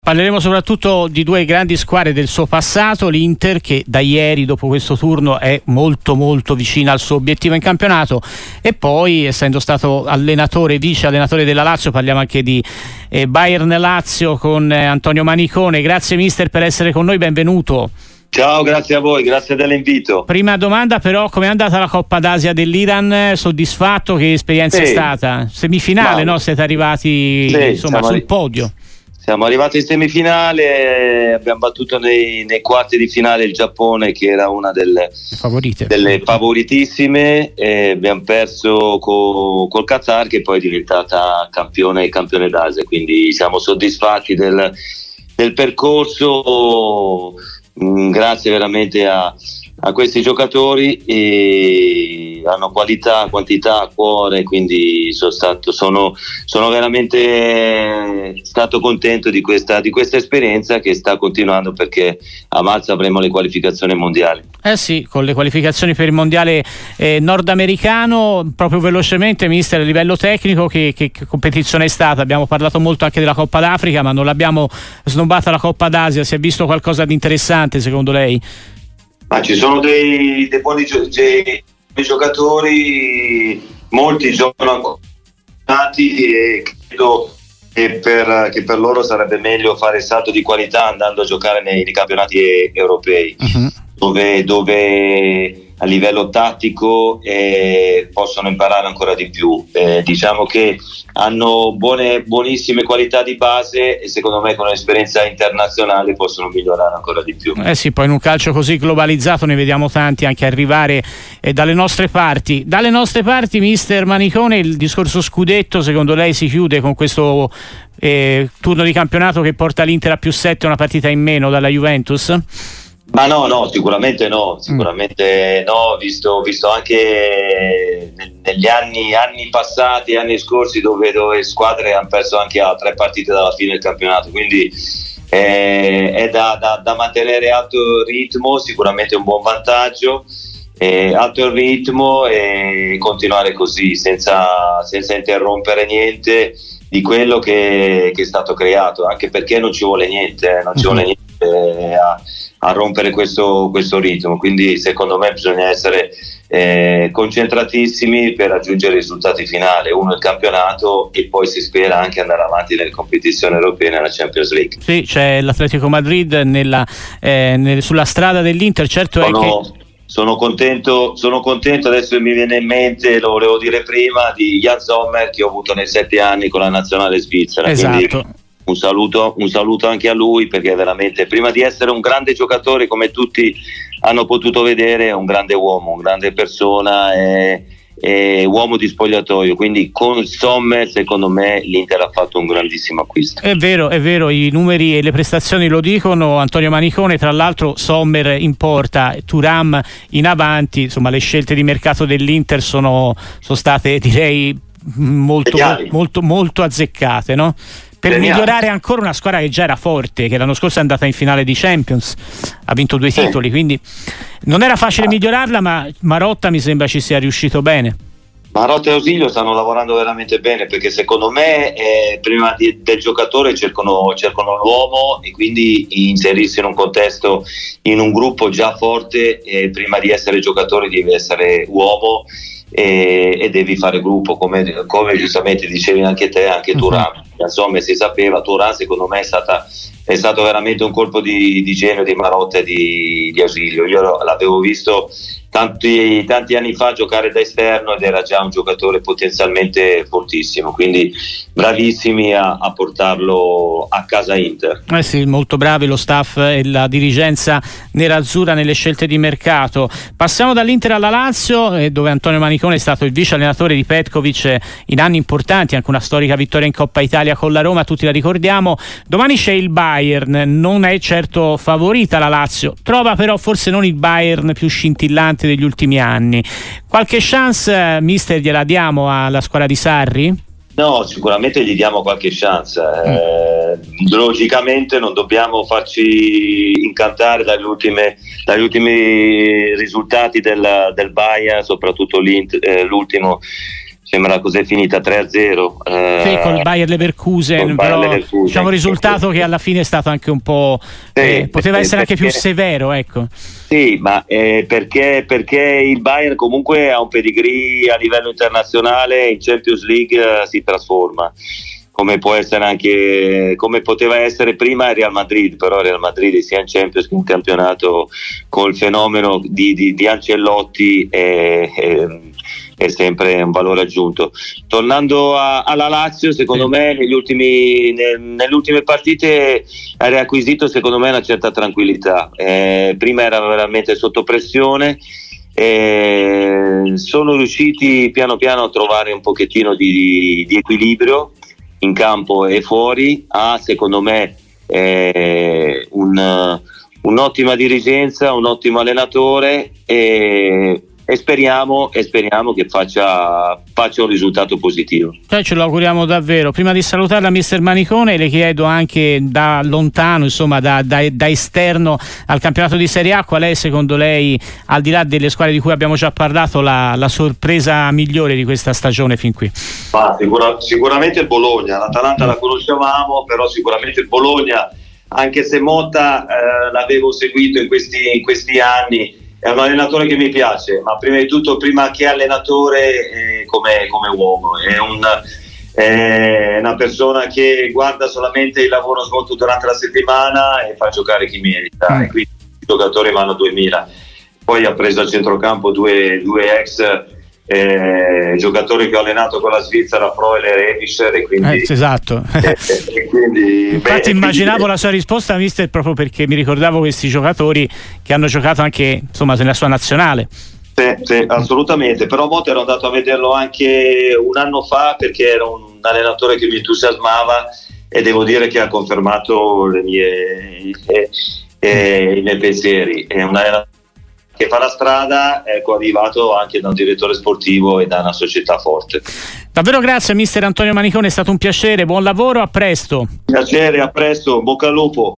Parleremo soprattutto di due grandi squadre del suo passato, l'Inter che da ieri dopo questo turno è molto vicina al suo obiettivo in campionato, e poi essendo stato allenatore, vice allenatore della Lazio, parliamo anche di Bayern Lazio con Antonio Manicone. Grazie mister per essere con noi, benvenuto. Ciao, grazie a voi, grazie dell'invito. Prima domanda però, com'è andata la Coppa d'Asia dell'Iran? Soddisfatto? Che esperienza è stata? Semifinale, no? Siete arrivati sul podio. Siamo arrivati in semifinale, abbiamo battuto nei quarti di finale il Giappone, che era una delle favoritissime, e abbiamo perso col Qatar, che poi è diventata campione d'Asia, quindi siamo soddisfatti del percorso, grazie veramente a questi giocatori, e hanno qualità, quantità, cuore, quindi sono veramente stato contento di questa esperienza che sta continuando, perché a marzo avremo le qualificazioni mondiali. Sì, con le qualificazioni per il mondiale nordamericano. Proprio velocemente, mister, a livello tecnico che competizione è stata? Abbiamo parlato molto anche della Coppa d'Africa, ma non l'abbiamo snobbata la Coppa d'Asia. Si è visto qualcosa di interessante secondo lei? Ma ci sono dei buoni giocatori, molti giocano e credo che per loro sarebbe meglio fare il salto di qualità andando a giocare nei campionati europei, dove a livello tattico possono imparare ancora di più. Diciamo che hanno buonissime qualità di base, e secondo me con l'esperienza internazionale possono migliorare ancora di più. Sì, poi in un calcio così globalizzato ne vediamo tanti anche arrivare dalle nostre parti. Dalle nostre parti, mister Manicone, il discorso scudetto secondo lei si chiude con questo turno di campionato che porta l'Inter a +7, una partita in meno dalla Juventus? Ma no, sicuramente no, visto anche negli anni passati, anni scorsi, dove squadre hanno perso anche a 3 partite dalla fine del campionato, quindi è da mantenere alto il ritmo, sicuramente un buon vantaggio, alto il ritmo, e continuare così senza interrompere niente di quello che è stato creato, anche perché non ci vuole niente, a rompere questo ritmo, quindi secondo me bisogna essere concentratissimi per raggiungere i risultati finali, uno il campionato, e poi si spera anche andare avanti nelle competizioni europee, nella Champions League. Sì, c'è l'Atletico Madrid sulla strada dell'Inter, certo. Sono contento, adesso mi viene in mente, lo volevo dire prima, di Jan Sommer, che ho avuto nei 7 anni con la nazionale svizzera. Esatto. Quindi un saluto anche a lui, perché veramente, prima di essere un grande giocatore, come tutti hanno potuto vedere, è un grande uomo, una grande persona, è uomo di spogliatoio, quindi con Sommer secondo me l'Inter ha fatto un grandissimo acquisto. È vero, i numeri e le prestazioni lo dicono. Antonio Manicone, tra l'altro Sommer in porta, Thuram in avanti, insomma le scelte di mercato dell'Inter sono state, direi, molto azzeccate, no? Per migliorare ancora una squadra che già era forte, che l'anno scorso è andata in finale di Champions, ha vinto 2 titoli, quindi non era facile migliorarla, ma Marotta mi sembra ci sia riuscito bene. Marotta e Ausilio stanno lavorando veramente bene, perché secondo me prima del giocatore cercano l'uomo, e quindi inserirsi in un contesto, in un gruppo già forte, prima di essere giocatore devi essere uomo, e devi fare gruppo, come giustamente dicevi anche te, anche Thuram. Insomma, si sapeva, Thuram secondo me è stato veramente un colpo di genio di Marotta e di Ausilio. Io l'avevo visto tanti anni fa giocare da esterno, ed era già un giocatore potenzialmente fortissimo, quindi bravissimi a portarlo a casa Inter. Sì, molto bravi lo staff e la dirigenza nerazzurra nelle scelte di mercato. Passiamo dall'Inter alla Lazio, dove Antonio Manicone è stato il vice allenatore di Petkovic in anni importanti, anche una storica vittoria in Coppa Italia con la Roma, tutti la ricordiamo. Domani c'è il Bayern, non è certo favorita la Lazio, trova però forse non il Bayern più scintillante degli ultimi anni. Qualche chance, mister, gliela diamo alla squadra di Sarri? No, sicuramente gli diamo qualche chance. Logicamente non dobbiamo farci incantare dagli ultimi risultati del Bayern, soprattutto l'ultimo sembra cos'è finita 3-0 sì, col Bayer Leverkusen, però diciamo un risultato che alla fine è stato anche un po' poteva essere anche più severo, ecco. Sì, ma perché il Bayern comunque ha un pedigree a livello internazionale, in Champions League si trasforma, come può essere anche, come poteva essere prima il Real Madrid, però il Real Madrid sia in Champions che in campionato, col fenomeno di Ancelotti è sempre un valore aggiunto. Tornando alla Lazio, secondo me nelle ultime partite ha riacquisito secondo me una certa tranquillità. Prima era veramente sotto pressione, sono riusciti piano piano a trovare un pochettino di equilibrio in campo e fuori. Secondo me un'ottima dirigenza, un ottimo allenatore e speriamo che faccia un risultato positivo. Ce lo auguriamo davvero. Prima di salutarla, mister Manicone, le chiedo anche da lontano, insomma da esterno al campionato di Serie A, qual è secondo lei, al di là delle squadre di cui abbiamo già parlato, la sorpresa migliore di questa stagione fin qui? Sicuramente il Bologna. L'Atalanta la conoscevamo, però sicuramente il Bologna, anche se Motta l'avevo seguito in questi anni, è un allenatore che mi piace, ma prima di tutto, prima che allenatore, come uomo, è una persona che guarda solamente il lavoro svolto durante la settimana e fa giocare chi merita, e quindi i giocatori vanno 2000. Poi ha preso al centrocampo due ex giocatori che ho allenato con la Svizzera, Freuler e Ebischer, e quindi esatto. Infatti immaginavo la sua risposta, mister, proprio perché mi ricordavo questi giocatori che hanno giocato anche, insomma, nella sua nazionale. Sì, assolutamente, però Motta ero andato a vederlo anche un anno fa, perché era un allenatore che mi entusiasmava, e devo dire che ha confermato i miei pensieri. È un allenatore che fa la strada, coadiuvato anche da un direttore sportivo e da una società forte. Davvero grazie mister Antonio Manicone, è stato un piacere, buon lavoro, a presto. Piacere, a presto, bocca al lupo.